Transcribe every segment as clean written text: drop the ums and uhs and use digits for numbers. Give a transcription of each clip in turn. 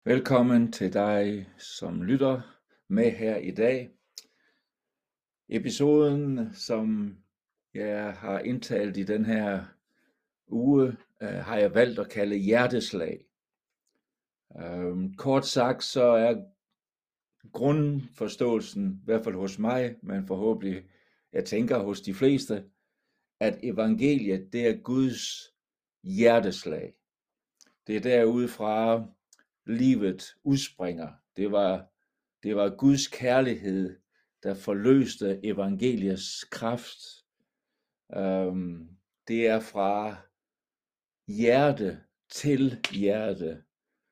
Velkommen til dig, som lytter med her i dag. Episoden, som jeg har indtalt i den her uge, har jeg valgt at kalde hjerteslag. Kort sagt, så er grundforståelsen, i hvert fald hos mig, men forhåbentlig, jeg tænker hos de fleste, at evangeliet, det er Guds hjerteslag. Det er derudfra livet udspringer. Det var Guds kærlighed, der forløste evangeliets kraft. Det er fra hjerte til hjerte.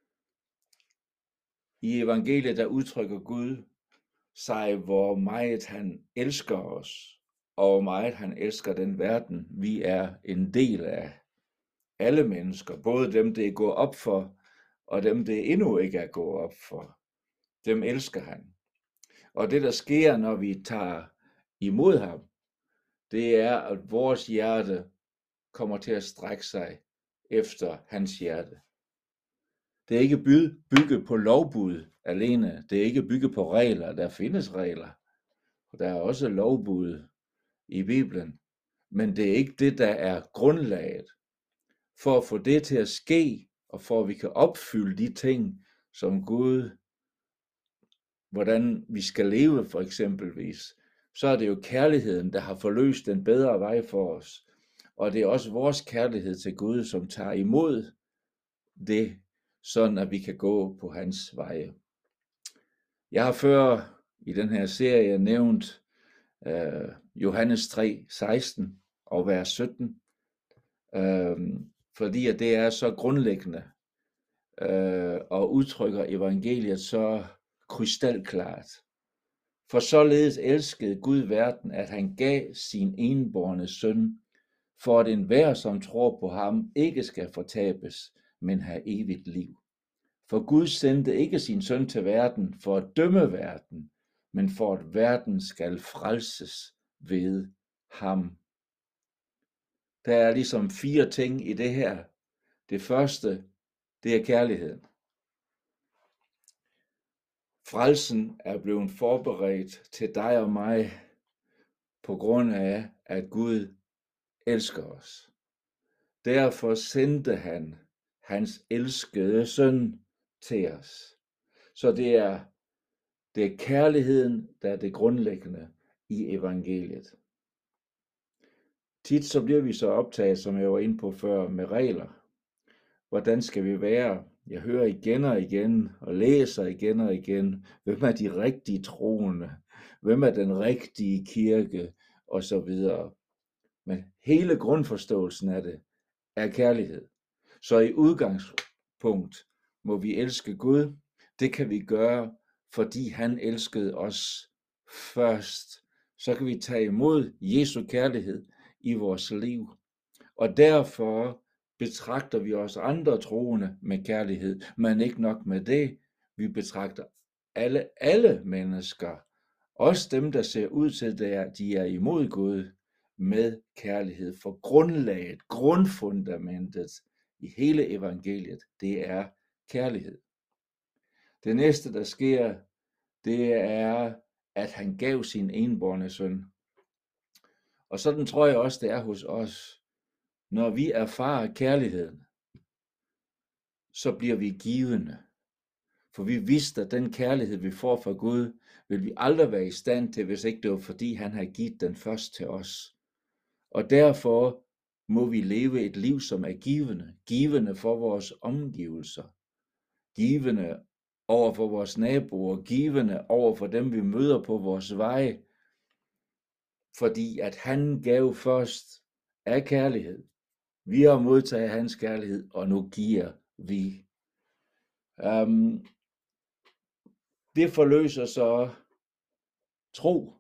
I evangeliet, der udtrykker Gud sig, hvor meget han elsker os, og hvor meget han elsker den verden, vi er en del af. Alle mennesker, både dem, det er gået op for, og dem, det endnu ikke er gået op for, dem elsker han. Og det, der sker, når vi tager imod ham, det er, at vores hjerte kommer til at strække sig efter hans hjerte. Det er ikke bygget på lovbud alene. Det er ikke bygget på regler. Der findes regler. Og der er også lovbud i Bibelen. Men det er ikke det, der er grundlaget. For at få det til at ske, og for at vi kan opfylde de ting, som Gud, hvordan vi skal leve for eksempelvis, så er det jo kærligheden, der har forløst den bedre vej for os. Og det er også vores kærlighed til Gud, som tager imod det, sådan at vi kan gå på hans veje. Jeg har før i den her serie nævnt Johannes 3, 16 og vers 17, fordi at det er så grundlæggende og udtrykker evangeliet så krystalklart. For således elskede Gud verden, at han gav sin enbårne søn, for at enhver, som tror på ham, ikke skal fortabes, men have evigt liv. For Gud sendte ikke sin søn til verden for at dømme verden, men for at verden skal frelses ved ham. Der er ligesom 4 ting i det her. Det første, det er kærligheden. Frelsen er blevet forberedt til dig og mig på grund af, at Gud elsker os. Derfor sendte han hans elskede søn til os. Så det er kærligheden, der er det grundlæggende i evangeliet. Tit så bliver vi så optaget, som jeg var inde på før, med regler. Hvordan skal vi være? Jeg hører igen og igen og læser igen og igen, hvem er de rigtige troende? Hvem er den rigtige kirke? Og så videre. Men hele grundforståelsen af det er kærlighed. Så i udgangspunkt må vi elske Gud. Det kan vi gøre, fordi han elskede os først. Så kan vi tage imod Jesu kærlighed i vores liv. Og derfor betragter vi os andre troende med kærlighed, men ikke nok med det. Vi betragter alle mennesker, også dem, der ser ud til, at de er imod Gud, med kærlighed. For grundlaget, grundfundamentet i hele evangeliet, det er kærlighed. Det næste, der sker, det er, at han gav sin enbårne søn. Og sådan tror jeg også, det er hos os. Når vi erfarer kærligheden, så bliver vi givende. For vi vidste, at den kærlighed, vi får fra Gud, vil vi aldrig være i stand til, hvis ikke det var fordi, han har givet den først til os. Og derfor må vi leve et liv, som er givende. Givende for vores omgivelser. Givende over for vores naboer. Givende over for dem, vi møder på vores vej. Fordi at han gav først af kærlighed. Vi har modtaget hans kærlighed, og nu giver vi. Det forløser så tro.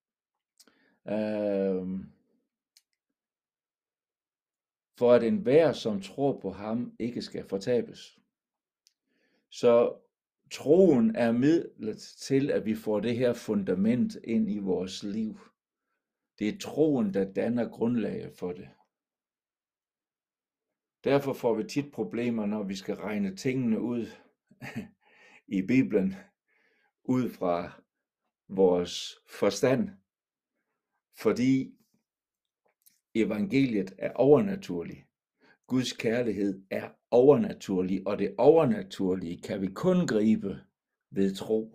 For at enhver, som tror på ham, ikke skal fortabes. Så troen er midlet til, at vi får det her fundament ind i vores liv. Det er troen, der danner grundlaget for det. Derfor får vi tit problemer, når vi skal regne tingene ud. i Bibelen ud fra vores forstand, fordi evangeliet er overnaturligt. Guds kærlighed er overnaturlig, og det overnaturlige kan vi kun gribe ved tro.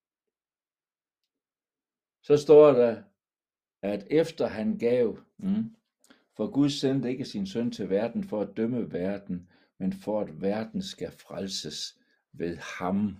Så står der, at efter han gav, for Gud sendte ikke sin søn til verden for at dømme verden, men for at verden skal frelses ved ham.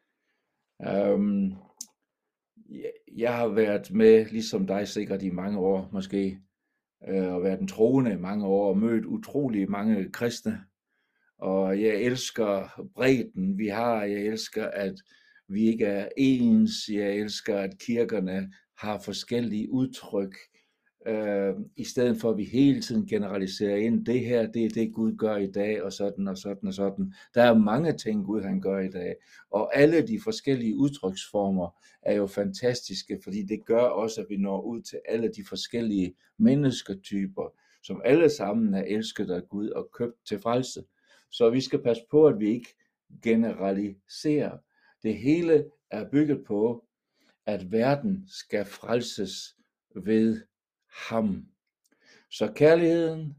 Jeg har været med, ligesom dig sikkert i mange år måske, og været en troende i mange år, og mødt utrolig mange kristne. Og jeg elsker bredden, vi har. Jeg elsker, at vi ikke er ens. Jeg elsker, at kirkerne har forskellige udtryk, i stedet for at vi hele tiden generaliserer ind, det her, det er det Gud gør i dag, og sådan og sådan og sådan. Der er mange ting Gud han gør i dag, og alle de forskellige udtryksformer er jo fantastiske, fordi det gør også, at vi når ud til alle de forskellige mennesketyper, som alle sammen er elsket af Gud og købt til frelse. Så vi skal passe på, at vi ikke generaliserer. Det hele er bygget på, at verden skal frelses ved ham. Så kærligheden,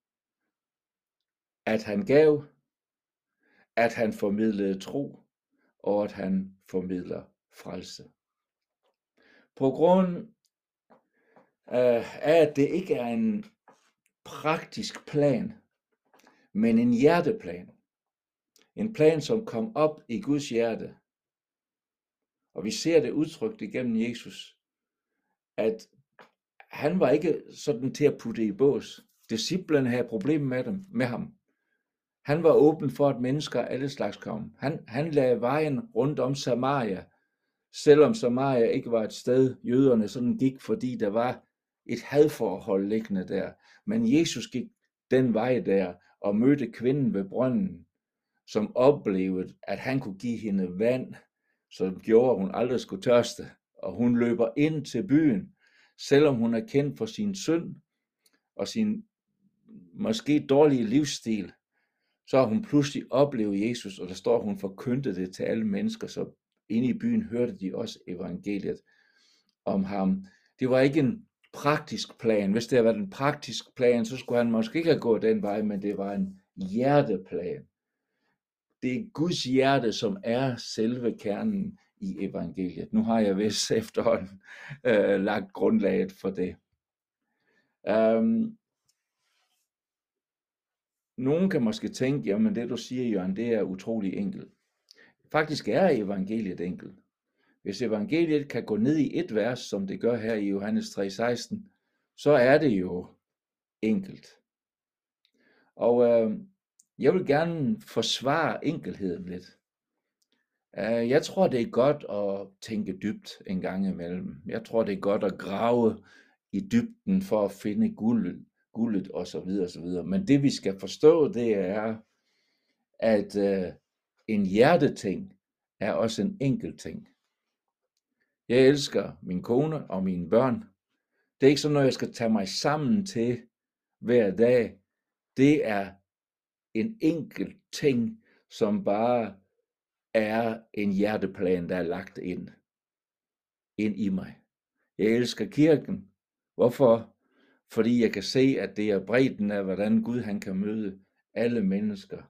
at han gav, at han formidlede tro, og at han formidler frelse. På grund af, at det ikke er en praktisk plan, men en hjerteplan. En plan, som kom op i Guds hjerte. Og vi ser det udtrykt igennem Jesus, at han var ikke sådan til at putte i bås. Disciplene havde problemer med ham. Han var åben for, at mennesker af alle slags kom. Han lagde vejen rundt om Samaria, selvom Samaria ikke var et sted, jøderne sådan gik, fordi der var et hadforhold liggende der. Men Jesus gik den vej der og mødte kvinden ved brønden, som oplevede, at han kunne give hende vand, som gjorde, at hun aldrig skulle tørste. Og hun løber ind til byen, selvom hun er kendt for sin synd og sin måske dårlige livsstil, så har hun pludselig oplevet Jesus, og der står, at hun forkyndte det til alle mennesker, så inde i byen hørte de også evangeliet om ham. Det var ikke en praktisk plan. Hvis det havde været en praktisk plan, så skulle han måske ikke have gået den vej, men det var en hjerteplan. Det er Guds hjerte, som er selve kernen i evangeliet. Nu har jeg vist efterhånden lagt grundlaget for det. Nogen kan måske tænke, jamen det du siger, Jørgen, det er utrolig enkelt. Faktisk er evangeliet enkelt. Hvis evangeliet kan gå ned i et vers, som det gør her i Johannes 3:16, så er det jo enkelt. Og jeg vil gerne forsvare enkelheden lidt. Jeg tror, det er godt at tænke dybt en gang imellem. Jeg tror, det er godt at grave i dybden for at finde guldet og så videre, og så videre. Men det vi skal forstå, det er, at en hjerteting er også en enkelt ting. Jeg elsker min kone og mine børn. Det er ikke sådan noget, jeg skal tage mig sammen til hver dag. Det er en enkelt ting, som bare er en hjerteplan, der er lagt ind i mig. Jeg elsker kirken. Hvorfor? Fordi jeg kan se, at det er bredden af, hvordan Gud han kan møde alle mennesker.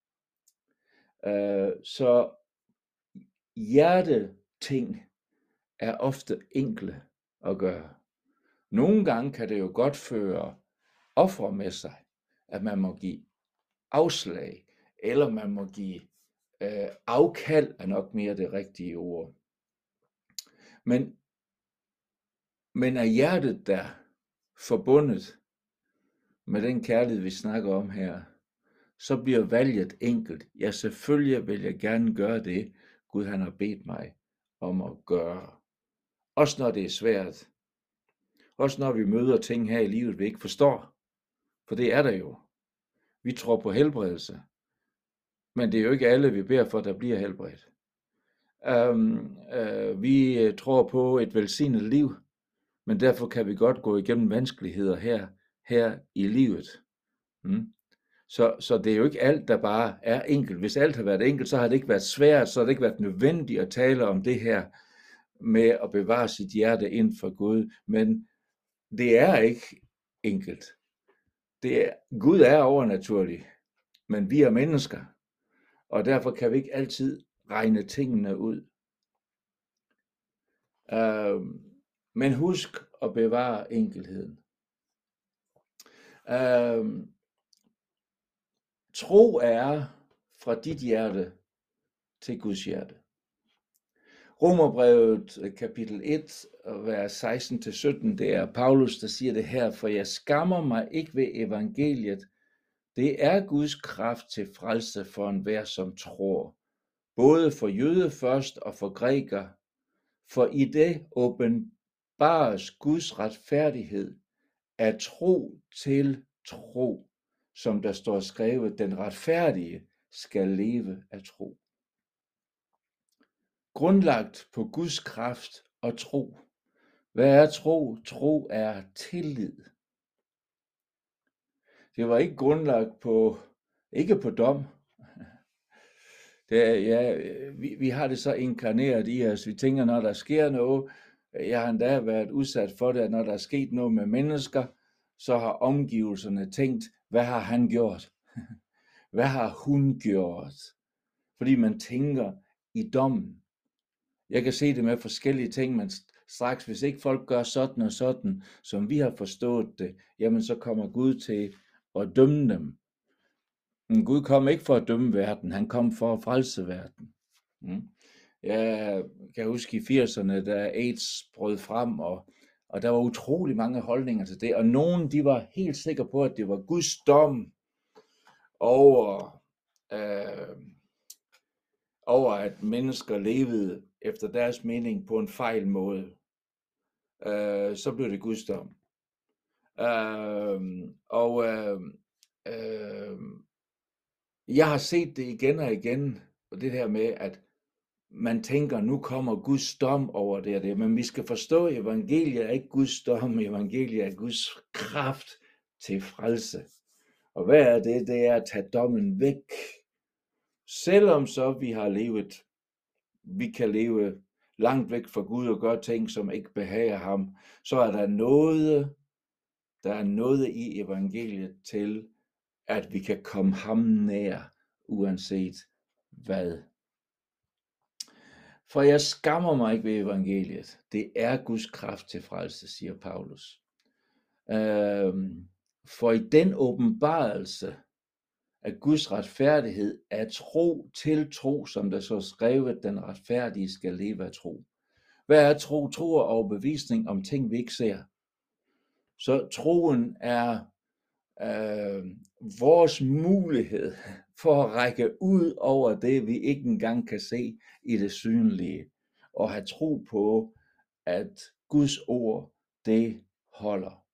Så hjerteting er ofte enkle at gøre. Nogle gange kan det jo godt føre ofre med sig, at man må give afslag, eller man må give afkald, er nok mere det rigtige ord. Men er hjertet der forbundet med den kærlighed, vi snakker om her, så bliver valget enkelt. Ja, selvfølgelig vil jeg gerne gøre det, Gud han har bedt mig om at gøre. Også når det er svært. Også når vi møder ting her i livet, vi ikke forstår. For det er der jo. Vi tror på helbredelse. Men det er jo ikke alle, vi beder for, der bliver helbredt. Vi tror på et velsignet liv. Men derfor kan vi godt gå igennem vanskeligheder her i livet. Så det er jo ikke alt, der bare er enkelt. Hvis alt har været enkelt, så har det ikke været svært, så har det ikke været nødvendigt at tale om det her med at bevare sit hjerte ind for Gud. Men det er ikke enkelt. Gud er overnaturlig, men vi er mennesker, og derfor kan vi ikke altid regne tingene ud. Men husk at bevare enkelheden. Tro er fra dit hjerte til Guds hjerte. Romerbrevet kapitel 1, vers 16-17, det er Paulus, der siger det her: for jeg skammer mig ikke ved evangeliet. Det er Guds kraft til frelse for enhver, som tror. Både for jøde først og for græker. For i det åbenbares Guds retfærdighed af tro til tro, som der står skrevet, den retfærdige skal leve af tro. Grundlagt på Guds kraft og tro. Hvad er tro? Tro er tillid. Det var ikke grundlagt på, ikke på dom. Vi har det så inkarneret i os. Vi tænker, når der sker noget, jeg har endda været udsat for det, at når der er sket noget med mennesker, så har omgivelserne tænkt, hvad har han gjort? Hvad har hun gjort? Fordi man tænker i dommen. Jeg kan se det med forskellige ting, men straks, hvis ikke folk gør sådan og sådan, som vi har forstået det, jamen så kommer Gud til at dømme dem. Men Gud kom ikke for at dømme verden, han kom for at frelse verden. Jeg kan huske i 80'erne, da AIDS brød frem, og der var utrolig mange holdninger til det, og nogen de var helt sikre på, at det var Guds dom over at mennesker levede efter deres mening på en fejl måde. Så blev det Guds dom. Jeg har set det igen og igen, og det her med, at man tænker, nu kommer Guds dom over det og det, men vi skal forstå, at evangeliet er ikke Guds dom, evangeliet er Guds kraft til frelse. Og hvad er det? Det er at tage dommen væk. Selvom så vi kan leve langt væk fra Gud og gøre ting, som ikke behager ham, så er der noget i evangeliet til, at vi kan komme ham nær, uanset hvad. For jeg skammer mig ikke ved evangeliet. Det er Guds kraft til frelse, siger Paulus. For i den åbenbarelse af Guds retfærdighed er tro til tro, som der så skrevet, den retfærdige skal leve af tro. Hvad er tro? Tro er overbevisning om ting, vi ikke ser. Så troen er vores mulighed for at række ud over det, vi ikke engang kan se i det synlige, og have tro på, at Guds ord, det holder.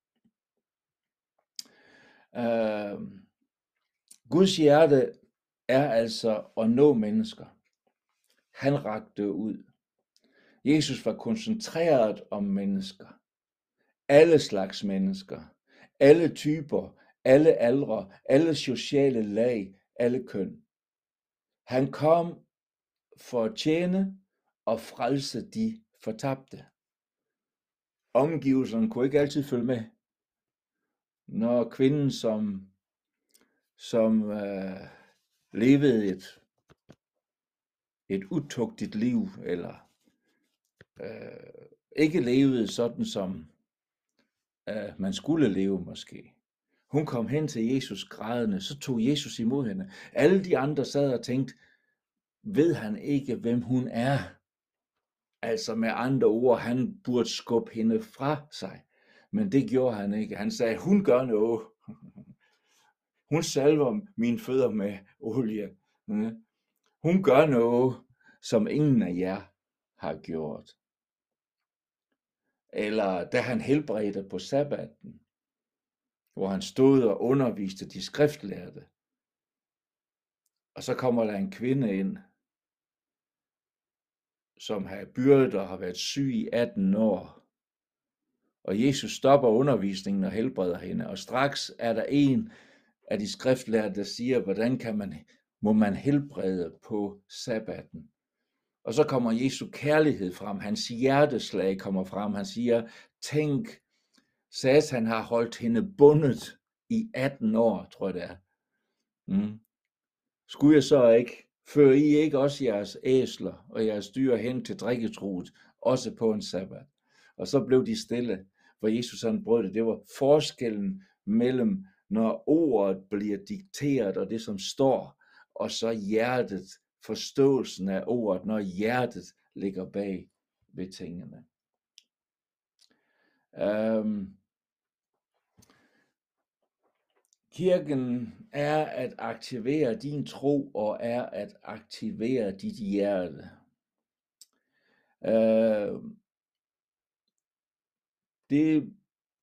Guds hjerte er altså at nå mennesker. Han rakte ud. Jesus var koncentreret om mennesker. Alle slags mennesker. Alle typer. Alle aldre. Alle sociale lag. Alle køn. Han kom for at tjene og frelse de fortabte. Omgivelserne kunne ikke altid følge med. Når kvinden, som levede et utugtigt liv, eller ikke levede sådan, som man skulle leve måske. Hun kom hen til Jesus grædende, så tog Jesus imod hende. Alle de andre sad og tænkte, ved han ikke, hvem hun er? Altså med andre ord, han burde skubbe hende fra sig. Men det gjorde han ikke. Han sagde, hun gør noget. Hun salver mine fødder med olie. Hun gør noget, som ingen af jer har gjort. Eller da han helbredte på sabbaten, hvor han stod og underviste de skriftlærde. Og så kommer der en kvinde ind, som har byrdet og har været syg i 18 år. Og Jesus stopper undervisningen og helbreder hende. Og straks er der en af de skriftlærde, der siger, hvordan må man helbrede på sabbaten. Og så kommer Jesu kærlighed frem, hans hjerteslag kommer frem. Han siger, tænk, Satan har holdt hende bundet i 18 år, tror jeg det er. Skulle jeg så ikke, fører I ikke også jeres æsler og jeres dyr hen til drikketrut, også på en sabbat? Og så blev de stille, for Jesus han brød det. Det var forskellen mellem, når ordet bliver dikteret, og det som står, og så hjertet, forståelsen af ordet, når hjertet ligger bag ved tingene. Kirken er at aktivere din tro og er at aktivere dit hjerte. Det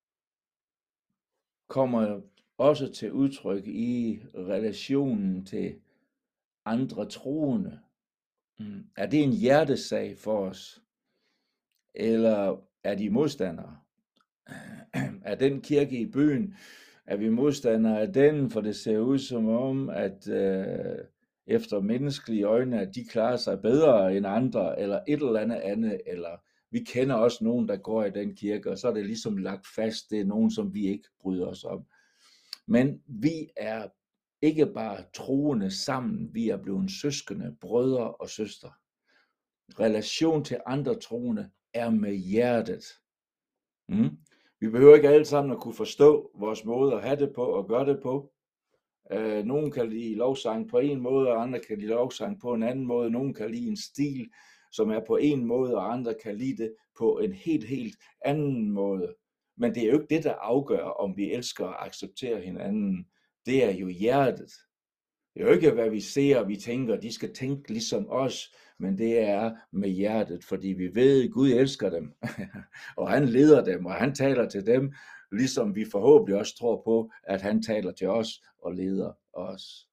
kommer også til udtryk i relationen til andre troende. Er det en hjertesag for os? Eller er de modstandere? Er den kirke i byen, er vi modstandere af den, for det ser ud som om, at efter menneskelige øjne, at de klarer sig bedre end andre, eller et eller andet, eller vi kender også nogen, der går i den kirke, og så er det ligesom lagt fast, det er nogen, som vi ikke bryder os om. Men vi er ikke bare troende sammen, vi er blevet søskende, brødre og søstre. Relation til andre troende er med hjertet. Vi behøver ikke alle sammen at kunne forstå vores måde at have det på og gøre det på. Nogen kan lide lovsang på en måde, og andre kan lide lovsang på en anden måde. Nogen kan lide en stil, som er på en måde, og andre kan lide det på en helt anden måde. Men det er jo ikke det, der afgør, om vi elsker og accepterer hinanden. Det er jo hjertet. Det er jo ikke, hvad vi ser og vi tænker, de skal tænke ligesom os, men det er med hjertet, fordi vi ved, at Gud elsker dem, og han leder dem, og han taler til dem, ligesom vi forhåbentlig også tror på, at han taler til os og leder os.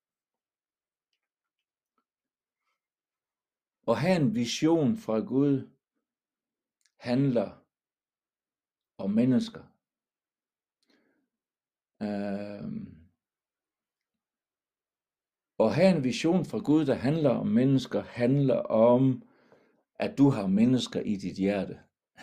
At have en vision fra Gud handler om mennesker. At have en vision fra Gud, der handler om mennesker, handler om, at du har mennesker i dit hjerte.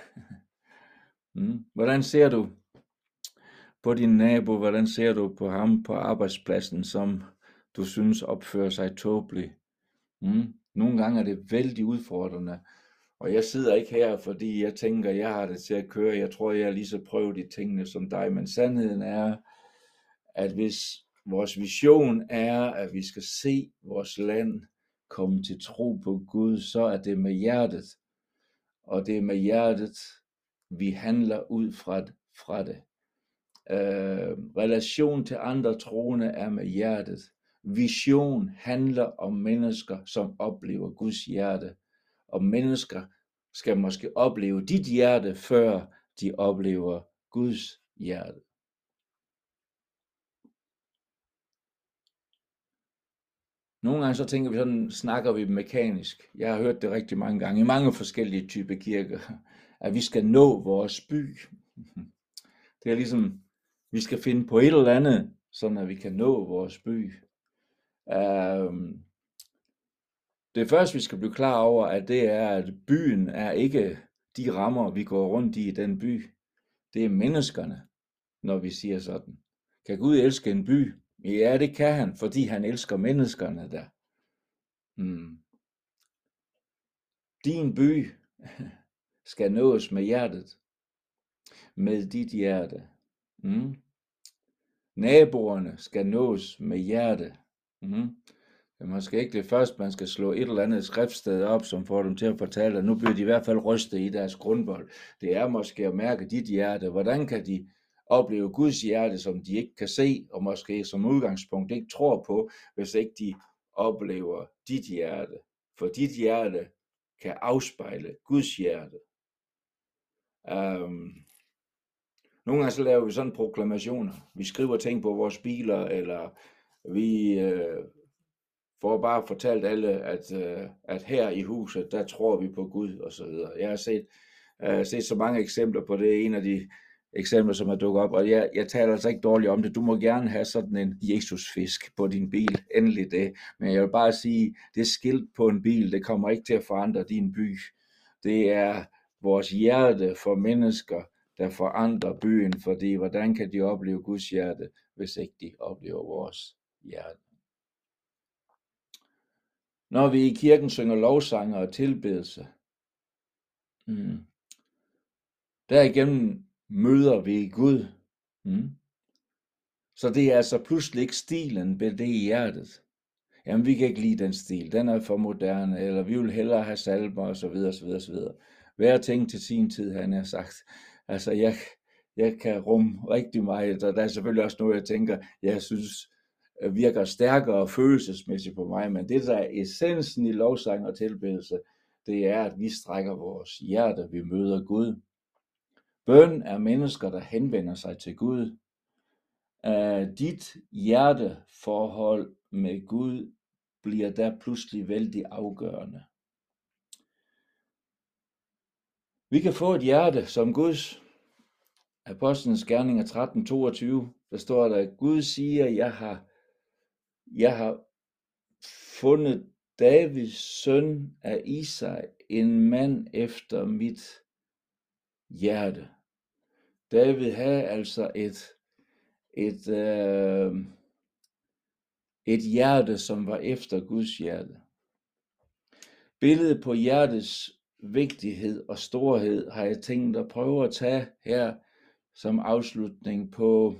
Hvordan ser du på din nabo? Hvordan ser du på ham på arbejdspladsen, som du synes opfører sig tåbeligt? Nogle gange er det vældig udfordrende, og jeg sidder ikke her, fordi jeg tænker, jeg har det til at køre. Jeg tror, jeg er lige så prøvet i tingene som dig, men sandheden er, at hvis vores vision er, at vi skal se vores land komme til tro på Gud, så er det med hjertet. Og det er med hjertet, vi handler ud fra det. Relation til andre troende er med hjertet. Vision handler om mennesker, som oplever Guds hjerte. Og mennesker skal måske opleve dit hjerte, før de oplever Guds hjerte. Nogle gange så tænker vi sådan, snakker vi mekanisk. Jeg har hørt det rigtig mange gange i mange forskellige typer kirker, at vi skal nå vores by. Det er ligesom, vi skal finde på et eller andet, sådan at vi kan nå vores by. Det første vi skal blive klar over, at det er, at byen er ikke de rammer, vi går rundt i den by. Det er menneskerne, når vi siger sådan. Kan Gud elske en by? Ja, det kan han, fordi han elsker menneskerne der. Din by skal nås med hjertet. Med dit hjerte. Naboerne skal nås med hjerte. Det er måske ikke det første, man skal slå et eller andet skriftsted op, som får dem til at fortælle, at nu bliver de i hvert fald rystet i deres grundvold. Det er måske at mærke dit hjerte. Hvordan kan de opleve Guds hjerte, som de ikke kan se, og måske som udgangspunkt ikke tror på, hvis ikke de oplever dit hjerte. For dit hjerte kan afspejle Guds hjerte. Nogle gange så laver vi sådan proklamationer. Vi skriver ting på vores biler, eller vi får bare fortalt alle, at her i huset, der tror vi på Gud, og så videre. Jeg har set så mange eksempler på det. En af de eksempler, som er dukket op, og jeg taler altså ikke dårligt om det. Du må gerne have sådan en Jesusfisk på din bil, endelig det. Men jeg vil bare sige, det skilt på en bil, det kommer ikke til at forandre din by. Det er vores hjerte for mennesker, der forandrer byen, fordi hvordan kan de opleve Guds hjerte, hvis ikke de oplever vores hjerte? Når vi i kirken synger lovsange og tilbedelse, derigennem møder vi Gud. Så det er altså pludselig ikke stilen, men det i hjertet. Jamen, vi kan ikke lide den stil, den er for moderne, eller vi vil hellere have salmer, og så videre, og så videre, og så videre. Hver ting til sin tid, han har sagt. Altså, jeg kan rumme rigtig meget, og der er selvfølgelig også noget, jeg tænker, jeg synes virker stærkere følelsesmæssigt på mig, men det, der er essensen i lovsang og tilbedelse, det er, at vi strækker vores hjerte, vi møder Gud. Bøn er mennesker, der henvender sig til Gud. Dit hjerteforhold med Gud bliver der pludselig vældig afgørende. Vi kan få et hjerte som Guds. Apostlenes Gerninger 13:22, der står der, at Gud siger, jeg har fundet Davids søn af Isai, en mand efter mit hjerte. David havde altså et hjerte, som var efter Guds hjerte. Billedet på hjertets vigtighed og storhed har jeg tænkt at prøve at tage her som afslutning på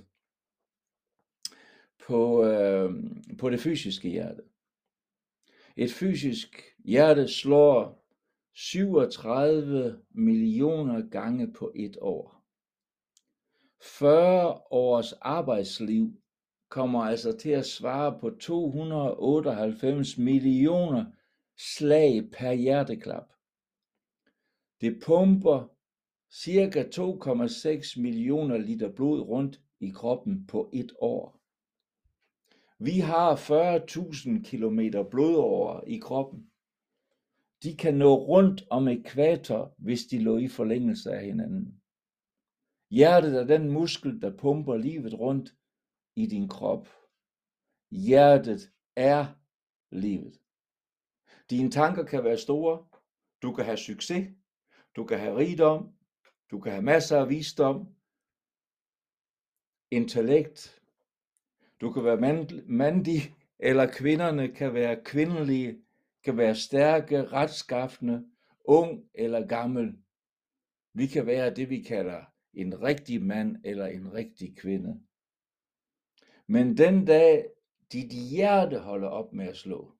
det fysiske hjerte. Et fysisk hjerte slår 37 millioner gange på et år. 40 års arbejdsliv kommer altså til at svare på 298 millioner slag per hjerteklap. Det pumper cirka 2,6 millioner liter blod rundt i kroppen på et år. Vi har 40.000 kilometer blodårer i kroppen. De kan nå rundt om ækvator, hvis de lå i forlængelse af hinanden. Hjertet er den muskel, der pumper livet rundt i din krop. Hjertet er livet. Dine tanker kan være store. Du kan have succes. Du kan have rigdom. Du kan have masser af visdom. Intellekt. Du kan være mandig, eller kvinderne kan være kvindelige, kan være stærke, retskaffende, ung eller gammel. Vi kan være det, vi kalder en rigtig mand eller en rigtig kvinde. Men den dag, dit hjerte holder op med at slå,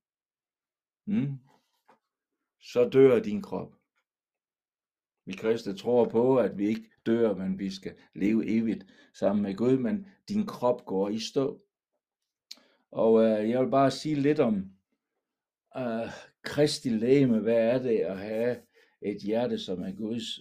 så dør din krop. Vi kristne tror på, at vi ikke dør, men vi skal leve evigt sammen med Gud, men din krop går i stå. Og jeg vil bare sige lidt om Kristi legeme. Hvad er det at have et hjerte, som er Guds?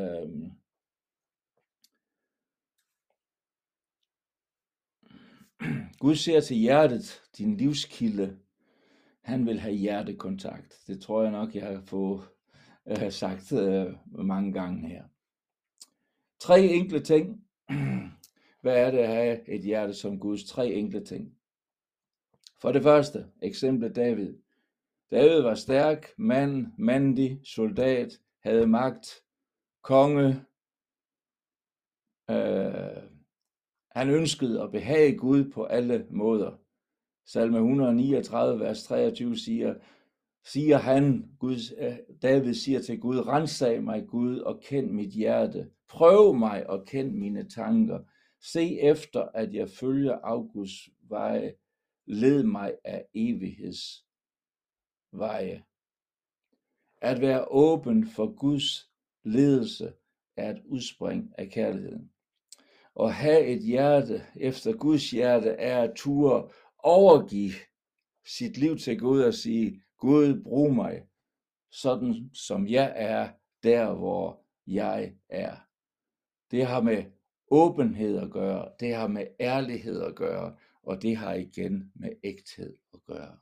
Gud ser til hjertet, din livskilde. Han vil have hjertekontakt. Det tror jeg nok, jeg har fået sagt mange gange her. 3 enkle ting. Hvad er det at have et hjerte som Guds? 3 enkle ting. For det første, eksemplet David. David var stærk, mandig, soldat, havde magt, konge. Han ønskede at behage Gud på alle måder. Salme 139, vers 23 siger han, David siger til Gud, rensag mig Gud og kend mit hjerte. Prøv mig og kend mine tanker. Se efter, at jeg følger Augusts veje. Led mig af evighedsveje. At være åben for Guds ledelse er et udspring af kærligheden. At have et hjerte efter Guds hjerte er at turde overgive sit liv til Gud og sige, Gud, brug mig, sådan som jeg er, der hvor jeg er. Det har med åbenhed at gøre, det har med ærlighed at gøre, og det har igen med ægthed at gøre.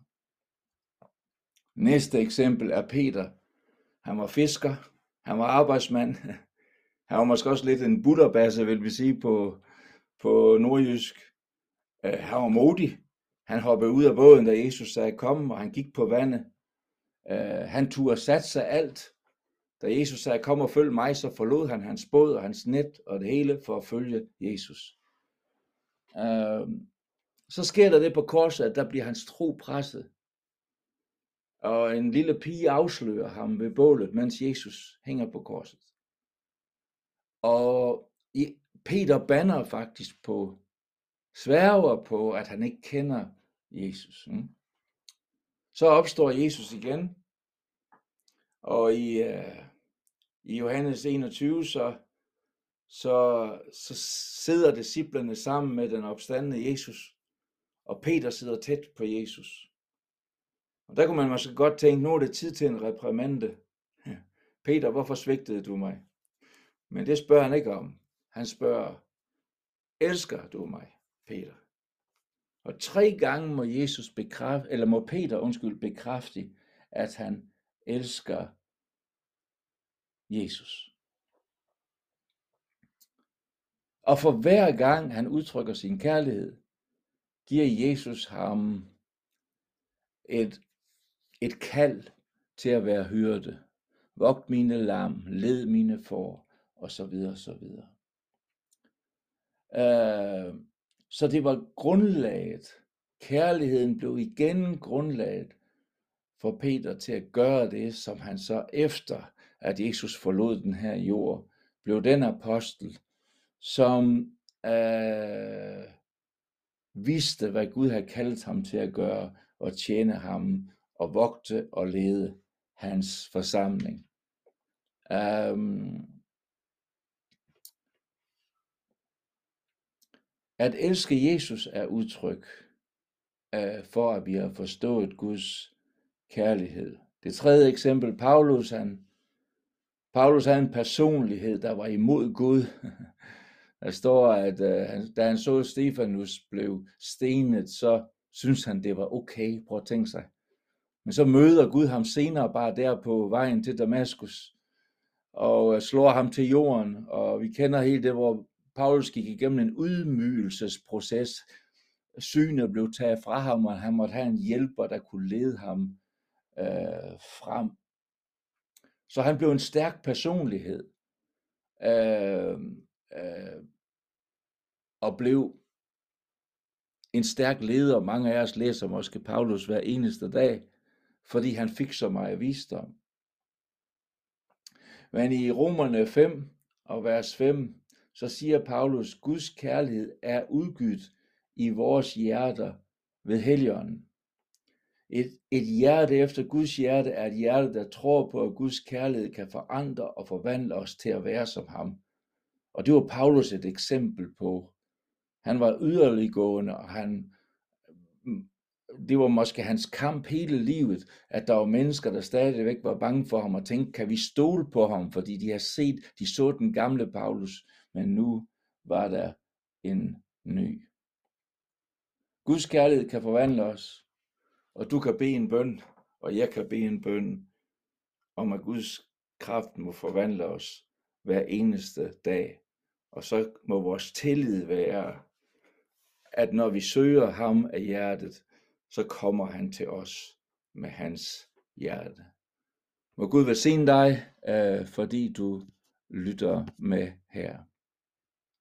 Næste eksempel er Peter. Han var fisker, han var arbejdsmand, Han var måske også lidt en butterbasse, vil vi sige på nordjysk. Han var modig. Han hoppede ud af båden, da Jesus sagde kom, og han gik på vandet. Han turde satse alt. Da Jesus sagde kom og følg mig, så forlod han hans båd og hans net og det hele for at følge Jesus. Så sker der det på korset, at der bliver hans tro presset. Og en lille pige afslører ham ved bålet, mens Jesus hænger på korset. Og Peter bander faktisk sværger på, at han ikke kender Jesus. Så opstår Jesus igen, og i Johannes 21, så sidder disciplene sammen med den opstandne Jesus, og Peter sidder tæt på Jesus. Og der kunne man måske godt tænke, nu er det tid til en reprimande. Peter, hvorfor svigtede du mig? Men det spørger han ikke om. Han spørger, elsker du mig, Peter? Og 3 gange må Peter bekræfte, at han elsker Jesus. Og for hver gang han udtrykker sin kærlighed, giver Jesus ham et kald til at være hyrde. Vogt mine lam, led mine får, og så videre, så videre. Så det var grundlaget. Kærligheden blev igen grundlaget for Peter til at gøre det, som han så efter, at Jesus forlod den her jord, blev den apostel, som vidste, hvad Gud havde kaldt ham til at gøre, og tjene ham, og vogte og lede hans forsamling. At elske Jesus er udtryk for, at vi har forstået Guds kærlighed. Det 3. eksempel, Paulus havde en personlighed, der var imod Gud. Der står, at da han så Stefanus blev stenet, så synes han, det var okay. Prøv at tænke sig. Men så møder Gud ham senere bare der på vejen til Damaskus, og slår ham til jorden, og vi kender hele det, hvor Paulus gik igennem en ydmygelsesproces. Synet blev taget fra ham, og han måtte have en hjælper, der kunne lede ham frem. Så han blev en stærk personlighed, og blev en stærk leder. Mange af os læser måske Paulus hver eneste dag, fordi han fik så meget visdom. Men i Romerne 5 og vers 5, så siger Paulus, Guds kærlighed er udgydt i vores hjerter ved Helligånden. Et hjerte efter Guds hjerte er et hjerte, der tror på, at Guds kærlighed kan forandre og forvandle os til at være som ham. Og det var Paulus et eksempel på. Han var yderliggående, og det var måske hans kamp hele livet, at der var mennesker, der stadigvæk var bange for ham og tænkte, kan vi stole på ham? Fordi de så den gamle Paulus, men nu var der en ny. Guds kærlighed kan forvandle os, og du kan bede en bøn, og jeg kan bede en bøn om, at Guds kraft må forvandle os hver eneste dag. Og så må vores tillid være, at når vi søger ham af hjertet, så kommer han til os med hans hjerte. Må Gud velsigne dig, fordi du lytter med her.